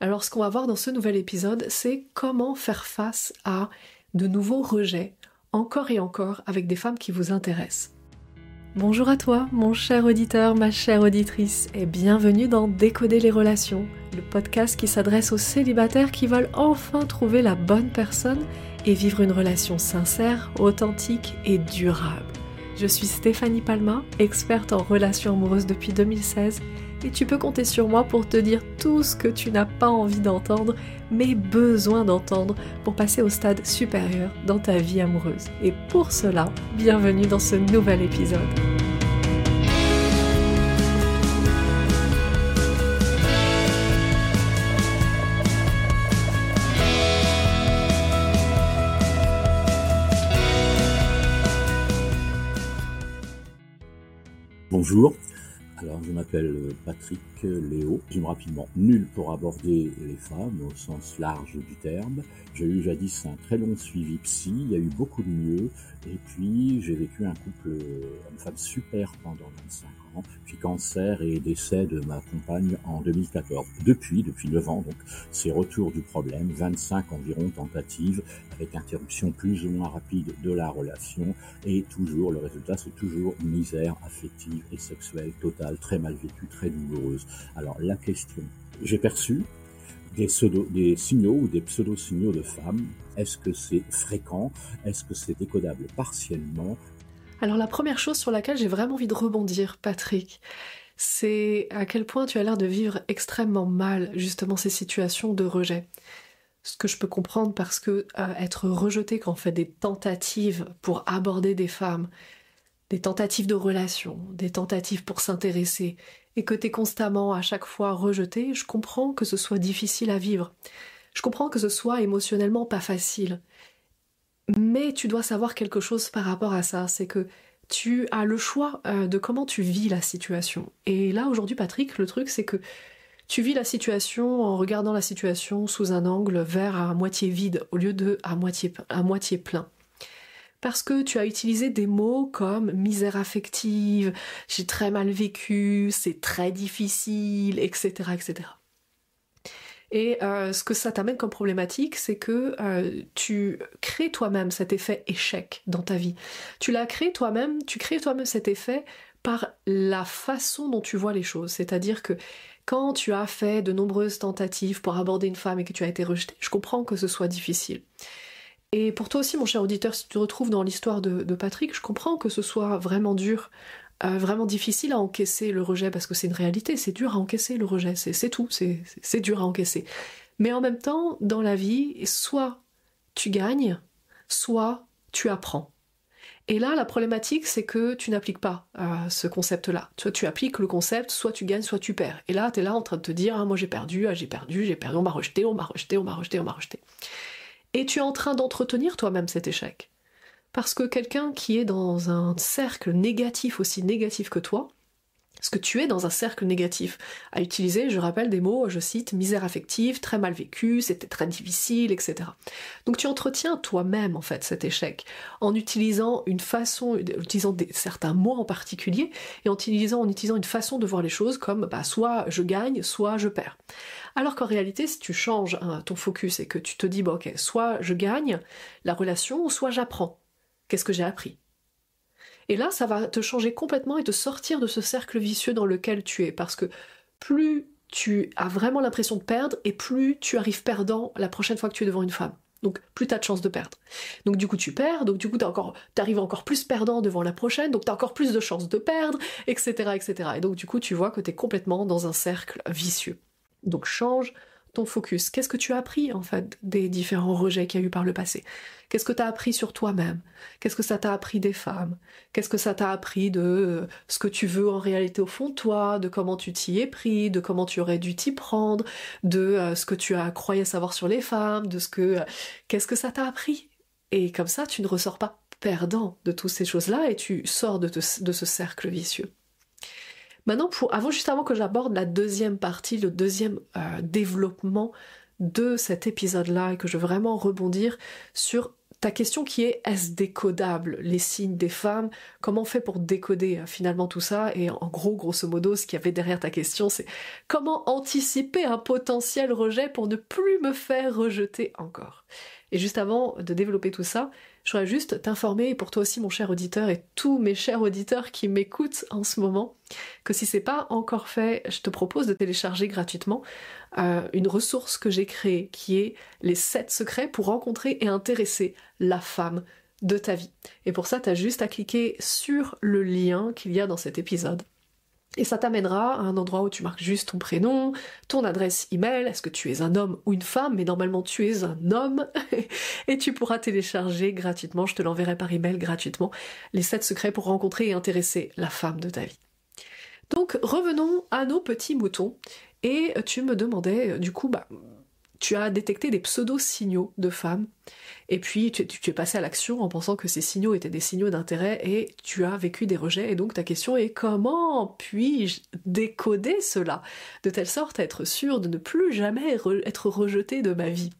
Alors ce qu'on va voir dans ce nouvel épisode, c'est comment faire face à de nouveaux rejets, encore et encore, avec des femmes qui vous intéressent. Bonjour à toi, mon cher auditeur, ma chère auditrice, et bienvenue dans Décoder les relations, le podcast qui s'adresse aux célibataires qui veulent enfin trouver la bonne personne et vivre une relation sincère, authentique et durable. Je suis Stéphanie Palma, experte en relations amoureuses depuis 2016, et tu peux compter sur moi pour te dire tout ce que tu n'as pas envie d'entendre, mais besoin d'entendre pour passer au stade supérieur dans ta vie amoureuse. Et pour cela, bienvenue dans ce nouvel épisode. Bonjour, alors je m'appelle Patrick Léo, j'aime rapidement nul pour aborder les femmes au sens large du terme. J'ai eu jadis un très long suivi psy, il y a eu beaucoup de mieux, et puis j'ai vécu un couple homme-femme super pendant 25 ans, puis cancer et décès de ma compagne en 2014. Depuis 9 ans, donc c'est retour du problème, 25 environ tentatives, avec interruption plus ou moins rapide de la relation, et toujours, le résultat c'est toujours misère affective et sexuelle totale, très mal vécue, très douloureuse. Alors la question, j'ai perçu des signaux ou des pseudo-signaux de femmes. Est-ce que c'est fréquent? Est-ce que c'est décodable partiellement? Alors la première chose sur laquelle j'ai vraiment envie de rebondir, Patrick, c'est à quel point tu as l'air de vivre extrêmement mal justement ces situations de rejet. Ce que je peux comprendre parce que être rejeté quand on fait des tentatives pour aborder des femmes, des tentatives de relation, des tentatives pour s'intéresser, et que t'es constamment à chaque fois rejeté, je comprends que ce soit difficile à vivre. Je comprends que ce soit émotionnellement pas facile. Mais tu dois savoir quelque chose par rapport à ça, c'est que tu as le choix de comment tu vis la situation. Et là, aujourd'hui, Patrick, le truc, c'est que tu vis la situation en regardant la situation sous un angle verre à moitié vide, au lieu de à moitié plein. Parce que tu as utilisé des mots comme misère affective, j'ai très mal vécu, c'est très difficile, etc., etc. Et ce que ça t'amène comme problématique, c'est que tu crées toi-même cet effet échec dans ta vie. Tu crées toi-même cet effet par la façon dont tu vois les choses. C'est-à-dire que quand tu as fait de nombreuses tentatives pour aborder une femme et que tu as été rejeté, je comprends que ce soit difficile. Et pour toi aussi, mon cher auditeur, si tu te retrouves dans l'histoire de Patrick, je comprends que ce soit vraiment dur, vraiment difficile à encaisser le rejet, parce que c'est une réalité, c'est dur à encaisser le rejet, c'est tout, c'est dur à encaisser. Mais en même temps, dans la vie, soit tu gagnes, soit tu apprends. Et là, la problématique, c'est que tu n'appliques pas ce concept-là. Tu appliques le concept, soit tu gagnes, soit tu perds. Et là, tu es là en train de te dire, moi j'ai perdu, on m'a rejeté. Et tu es en train d'entretenir toi-même cet échec. Parce que quelqu'un qui est dans un cercle négatif, aussi négatif que toi, parce que tu es dans un cercle négatif, à utiliser, je rappelle des mots, je cite, misère affective, très mal vécu, c'était très difficile, etc. Donc tu entretiens toi-même en fait cet échec, en utilisant certains mots en particulier, et en utilisant une façon de voir les choses comme soit je gagne, soit je perds. Alors qu'en réalité, si tu changes ton focus et que tu te dis, ok, soit je gagne la relation, ou soit j'apprends. Qu'est-ce que j'ai appris? Et là, ça va te changer complètement et te sortir de ce cercle vicieux dans lequel tu es. Parce que plus tu as vraiment l'impression de perdre, et plus tu arrives perdant la prochaine fois que tu es devant une femme. Donc plus tu as de chances de perdre. Donc du coup tu perds, donc du coup t'arrives encore plus perdant devant la prochaine, donc t'as encore plus de chances de perdre, etc., etc. Et donc du coup tu vois que t'es complètement dans un cercle vicieux. Donc change ton focus. Qu'est-ce que tu as appris en fait des différents rejets qu'il y a eu par le passé? Qu'est-ce que tu as appris sur toi-même? Qu'est-ce que ça t'a appris des femmes? Qu'est-ce que ça t'a appris de ce que tu veux en réalité au fond de toi, de comment tu t'y es pris, de comment tu aurais dû t'y prendre, de ce que tu as croyé savoir sur les femmes, qu'est-ce que ça t'a appris? Et comme ça, tu ne ressors pas perdant de toutes ces choses-là et tu sors de ce cercle vicieux. Maintenant, juste avant que j'aborde la deuxième partie, le deuxième développement de cet épisode-là, et que je veux vraiment rebondir sur ta question qui est est-ce décodable, les signes des femmes, comment on fait pour décoder finalement tout ça, et en gros, grosso modo, ce qu'il y avait derrière ta question, c'est comment anticiper un potentiel rejet pour ne plus me faire rejeter encore. Et juste avant de développer tout ça, je voudrais juste t'informer, et pour toi aussi mon cher auditeur, et tous mes chers auditeurs qui m'écoutent en ce moment, que si c'est pas encore fait, je te propose de télécharger gratuitement une ressource que j'ai créée, qui est les 7 secrets pour rencontrer et intéresser la femme de ta vie. Et pour ça, t'as juste à cliquer sur le lien qu'il y a dans cet épisode. Et ça t'amènera à un endroit où tu marques juste ton prénom, ton adresse email, est-ce que tu es un homme ou une femme, mais normalement tu es un homme, et tu pourras télécharger gratuitement, je te l'enverrai par email gratuitement, les 7 secrets pour rencontrer et intéresser la femme de ta vie. Donc revenons à nos petits moutons, et tu me demandais, du coup, tu as détecté des pseudo-signaux de femmes, et puis tu es passé à l'action en pensant que ces signaux étaient des signaux d'intérêt, et tu as vécu des rejets, et donc ta question est comment puis-je décoder cela, de telle sorte à être sûre de ne plus jamais être rejetée de ma vie.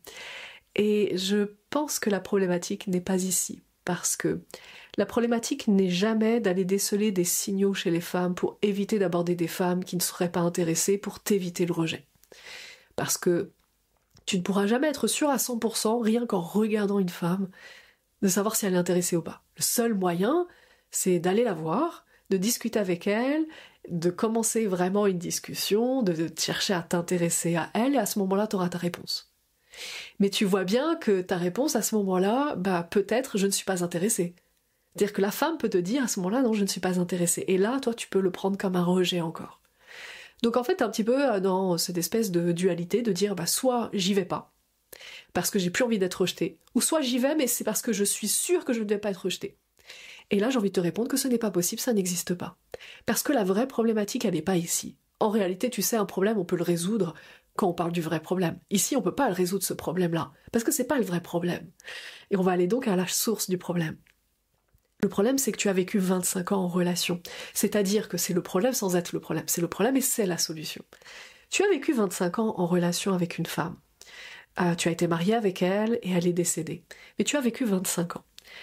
Et je pense que la problématique n'est pas ici, parce que la problématique n'est jamais d'aller déceler des signaux chez les femmes pour éviter d'aborder des femmes qui ne seraient pas intéressées pour t'éviter le rejet. Parce que tu ne pourras jamais être sûr à 100%, rien qu'en regardant une femme, de savoir si elle est intéressée ou pas. Le seul moyen, c'est d'aller la voir, de discuter avec elle, de commencer vraiment une discussion, de chercher à t'intéresser à elle, et à ce moment-là, tu auras ta réponse. Mais tu vois bien que ta réponse à ce moment-là, peut-être je ne suis pas intéressée. C'est-à-dire que la femme peut te dire à ce moment-là, non, je ne suis pas intéressée. Et là, toi, tu peux le prendre comme un rejet encore. Donc en fait, un petit peu dans cette espèce de dualité de dire soit j'y vais pas, parce que j'ai plus envie d'être rejetée, ou soit j'y vais mais c'est parce que je suis sûre que je ne vais pas être rejetée. Et là, j'ai envie de te répondre que ce n'est pas possible, ça n'existe pas. Parce que la vraie problématique, elle n'est pas ici. En réalité, tu sais, un problème, on peut le résoudre quand on parle du vrai problème. Ici, on peut pas le résoudre, ce problème-là, parce que c'est pas le vrai problème. Et on va aller donc à la source du problème. Le problème, c'est que tu as vécu 25 ans en relation. C'est-à-dire que c'est le problème sans être le problème. C'est le problème et c'est la solution. Tu as vécu 25 ans en relation avec une femme. Tu as été marié avec elle et elle est décédée. Mais tu as vécu 25 ans.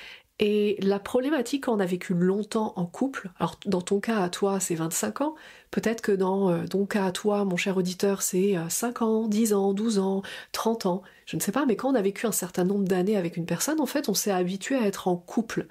Et la problématique quand on a vécu longtemps en couple, alors dans ton cas à toi c'est 25 ans, peut-être que dans ton cas à toi, mon cher auditeur, c'est 5 ans, 10 ans, 12 ans, 30 ans, je ne sais pas, mais quand on a vécu un certain nombre d'années avec une personne, en fait on s'est habitué à être en couple.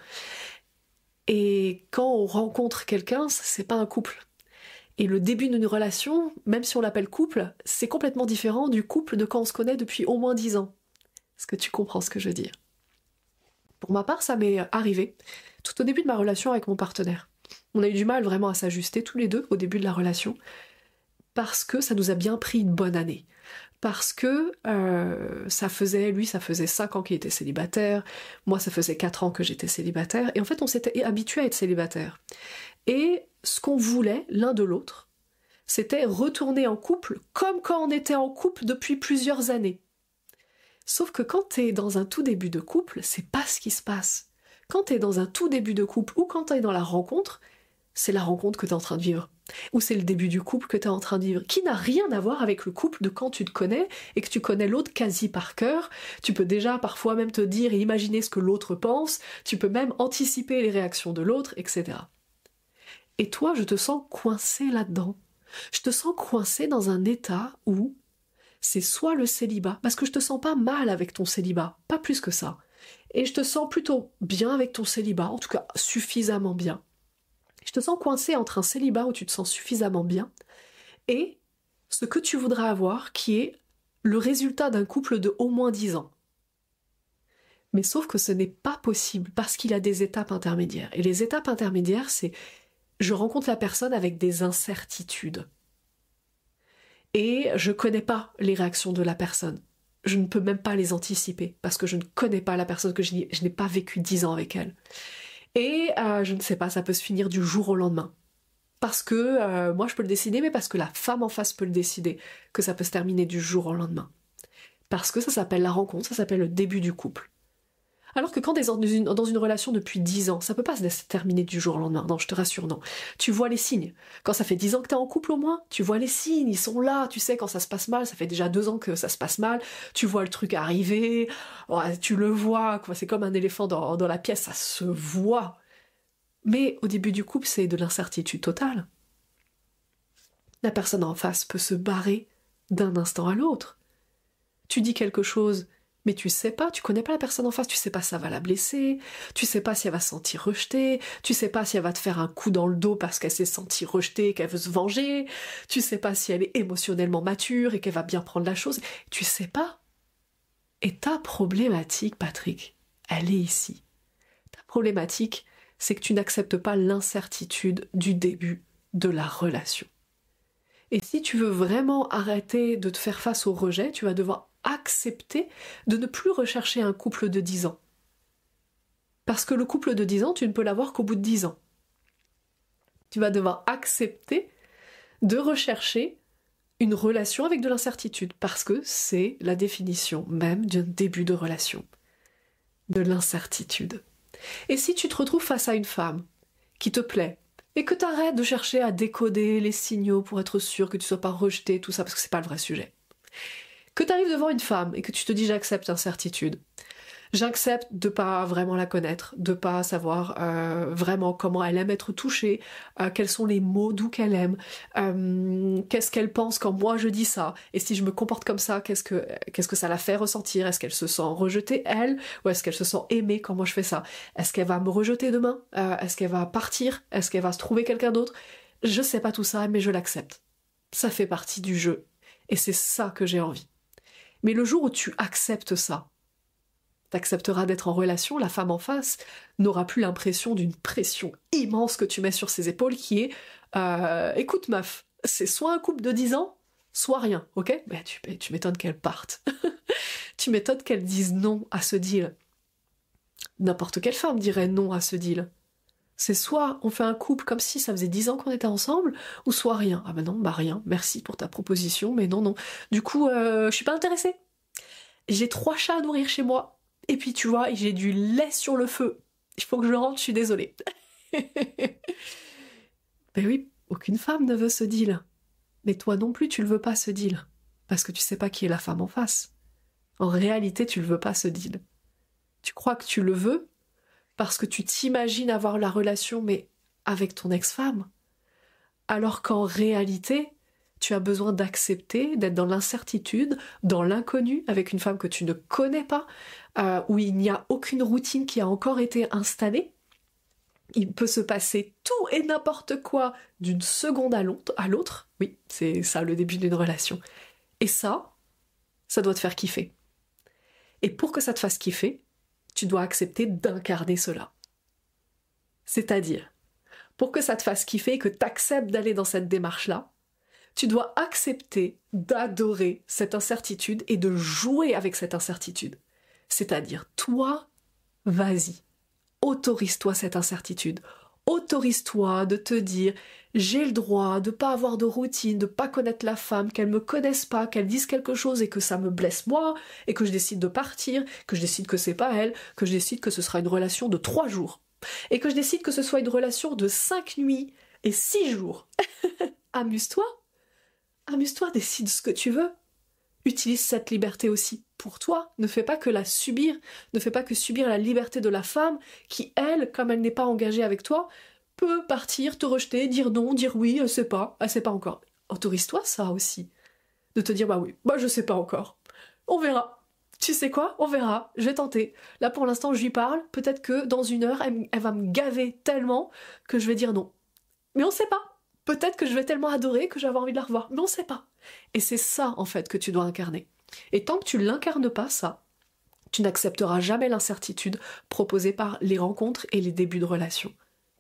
Et quand on rencontre quelqu'un, c'est pas un couple. Et le début d'une relation, même si on l'appelle couple, c'est complètement différent du couple de quand on se connaît depuis au moins 10 ans. Est-ce que tu comprends ce que je veux dire ? Pour ma part, ça m'est arrivé tout au début de ma relation avec mon partenaire. On a eu du mal vraiment à s'ajuster tous les deux au début de la relation, parce que ça nous a bien pris une bonne année. Parce que ça faisait 5 ans qu'il était célibataire, moi ça faisait 4 ans que j'étais célibataire, et en fait on s'était habitués à être célibataire. Et ce qu'on voulait l'un de l'autre, c'était retourner en couple comme quand on était en couple depuis plusieurs années. Sauf que quand t'es dans un tout début de couple, c'est pas ce qui se passe. Quand t'es dans un tout début de couple ou quand t'es dans la rencontre, c'est la rencontre que t'es en train de vivre. Ou c'est le début du couple que t'es en train de vivre, qui n'a rien à voir avec le couple de quand tu te connais et que tu connais l'autre quasi par cœur. Tu peux déjà parfois même te dire et imaginer ce que l'autre pense, tu peux même anticiper les réactions de l'autre, etc. Et toi, je te sens coincé là-dedans. Je te sens coincé dans un état où c'est soit le célibat, parce que je te sens pas mal avec ton célibat, pas plus que ça. Et je te sens plutôt bien avec ton célibat, en tout cas suffisamment bien. Je te sens coincé entre un célibat où tu te sens suffisamment bien et ce que tu voudras avoir qui est le résultat d'un couple de au moins 10 ans. Mais sauf que ce n'est pas possible parce qu'il y a des étapes intermédiaires. Et les étapes intermédiaires, c'est je rencontre la personne avec des incertitudes. Et je connais pas les réactions de la personne. Je ne peux même pas les anticiper parce que je ne connais pas la personne, que je n'ai pas vécu 10 ans avec elle. Et je ne sais pas, ça peut se finir du jour au lendemain. Parce que moi je peux le décider, mais parce que la femme en face peut le décider, que ça peut se terminer du jour au lendemain. Parce que ça s'appelle la rencontre, ça s'appelle le début du couple. Alors que quand t'es dans une relation depuis 10 ans, ça peut pas se terminer du jour au lendemain, non, je te rassure, non. Tu vois les signes. Quand ça fait 10 ans que t'es en couple au moins, tu vois les signes, ils sont là, tu sais quand ça se passe mal, ça fait déjà 2 ans que ça se passe mal, tu vois le truc arriver, ouais, tu le vois, quoi. C'est comme un éléphant dans la pièce, ça se voit. Mais au début du couple, c'est de l'incertitude totale. La personne en face peut se barrer d'un instant à l'autre. Tu dis quelque chose, mais tu sais pas, tu connais pas la personne en face, tu sais pas si ça va la blesser, tu sais pas si elle va se sentir rejetée, tu sais pas si elle va te faire un coup dans le dos parce qu'elle s'est sentie rejetée et qu'elle veut se venger, tu sais pas si elle est émotionnellement mature et qu'elle va bien prendre la chose, tu sais pas. Et ta problématique, Patrick, elle est ici. Ta problématique, c'est que tu n'acceptes pas l'incertitude du début de la relation. Et si tu veux vraiment arrêter de te faire face au rejet, tu vas devoir accepter de ne plus rechercher un couple de 10 ans. Parce que le couple de 10 ans, tu ne peux l'avoir qu'au bout de 10 ans. Tu vas devoir accepter de rechercher une relation avec de l'incertitude, parce que c'est la définition même d'un début de relation. De l'incertitude. Et si tu te retrouves face à une femme qui te plaît, et que tu arrêtes de chercher à décoder les signaux pour être sûr que tu ne sois pas rejeté, tout ça, parce que c'est pas le vrai sujet. Que tu arrives devant une femme et que tu te dis j'accepte l'incertitude. J'accepte de pas vraiment la connaître, de pas savoir vraiment comment elle aime être touchée, quels sont les mots doux qu'elle aime, qu'est-ce qu'elle pense quand moi je dis ça, et si je me comporte comme ça, qu'est-ce que ça la fait ressentir, est-ce qu'elle se sent rejetée elle, ou est-ce qu'elle se sent aimée quand moi je fais ça, est-ce qu'elle va me rejeter demain, est-ce qu'elle va partir, est-ce qu'elle va se trouver quelqu'un d'autre, je sais pas tout ça, mais je l'accepte. Ça fait partie du jeu, et c'est ça que j'ai envie. Mais le jour où tu acceptes ça, t'accepteras d'être en relation, la femme en face n'aura plus l'impression d'une pression immense que tu mets sur ses épaules qui est écoute meuf, c'est soit un couple de 10 ans, soit rien, ok? Ben, tu m'étonnes qu'elle parte. Tu m'étonnes qu'elle dise non à ce deal. N'importe quelle femme dirait non à ce deal. C'est soit on fait un couple comme si ça faisait 10 ans qu'on était ensemble, ou soit rien. Ah ben non, bah rien, merci pour ta proposition, mais non. Du coup, je suis pas intéressée. J'ai 3 chats à nourrir chez moi. Et puis tu vois, j'ai du lait sur le feu. Il faut que je rentre, je suis désolée. Ben oui, aucune femme ne veut ce deal. Mais toi non plus, tu le veux pas ce deal. Parce que tu sais pas qui est la femme en face. En réalité, tu le veux pas ce deal. Tu crois que tu le veux parce que tu t'imagines avoir la relation, mais avec ton ex-femme. Alors qu'en réalité, tu as besoin d'accepter, d'être dans l'incertitude, dans l'inconnu, avec une femme que tu ne connais pas, où il n'y a aucune routine qui a encore été installée. Il peut se passer tout et n'importe quoi d'une seconde à l'autre. Oui, c'est ça le début d'une relation. Et ça doit te faire kiffer. Et pour que ça te fasse kiffer, tu dois accepter d'incarner cela. C'est-à-dire, pour que ça te fasse kiffer et que tu acceptes d'aller dans cette démarche-là, tu dois accepter d'adorer cette incertitude et de jouer avec cette incertitude. C'est-à-dire, toi, vas-y, autorise-toi cette incertitude. Autorise-toi de te dire, j'ai le droit de pas avoir de routine, de pas connaître la femme, qu'elle me connaisse pas, qu'elle dise quelque chose et que ça me blesse moi, et que je décide de partir, que je décide que c'est pas elle, que je décide que ce sera une relation de 3 jours, et que je décide que ce soit une relation de 5 nuits et 6 jours. Amuse-toi. Amuse-toi, décide ce que tu veux. Utilise cette liberté aussi pour toi. Ne fais pas que la subir. Ne fais pas que subir la liberté de la femme qui, elle, comme elle n'est pas engagée avec toi, peut partir, te rejeter, dire non, dire oui, elle sait pas encore. Autorise-toi ça aussi. De te dire, bah oui, je sais pas encore. On verra. Tu sais quoi? On verra. Je vais tenter. Là, pour l'instant, je lui parle. Peut-être que dans 1 heure, elle va me gaver tellement que je vais dire non. Mais on sait pas. Peut-être que je vais tellement adorer que j'avais envie de la revoir, mais on sait pas. Et c'est ça, en fait, que tu dois incarner. Et tant que tu l'incarnes pas, ça, tu n'accepteras jamais l'incertitude proposée par les rencontres et les débuts de relations.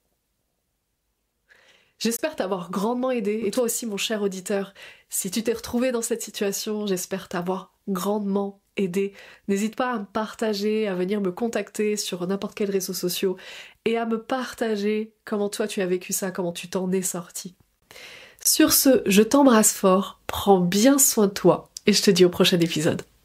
J'espère t'avoir grandement aidé, et toi aussi, mon cher auditeur, si tu t'es retrouvé dans cette situation, j'espère t'avoir grandement aidé. N'hésite pas à me partager, à venir me contacter sur n'importe quel réseau social et à me partager comment toi tu as vécu ça, comment tu t'en es sorti. Sur ce, je t'embrasse fort, prends bien soin de toi et je te dis au prochain épisode.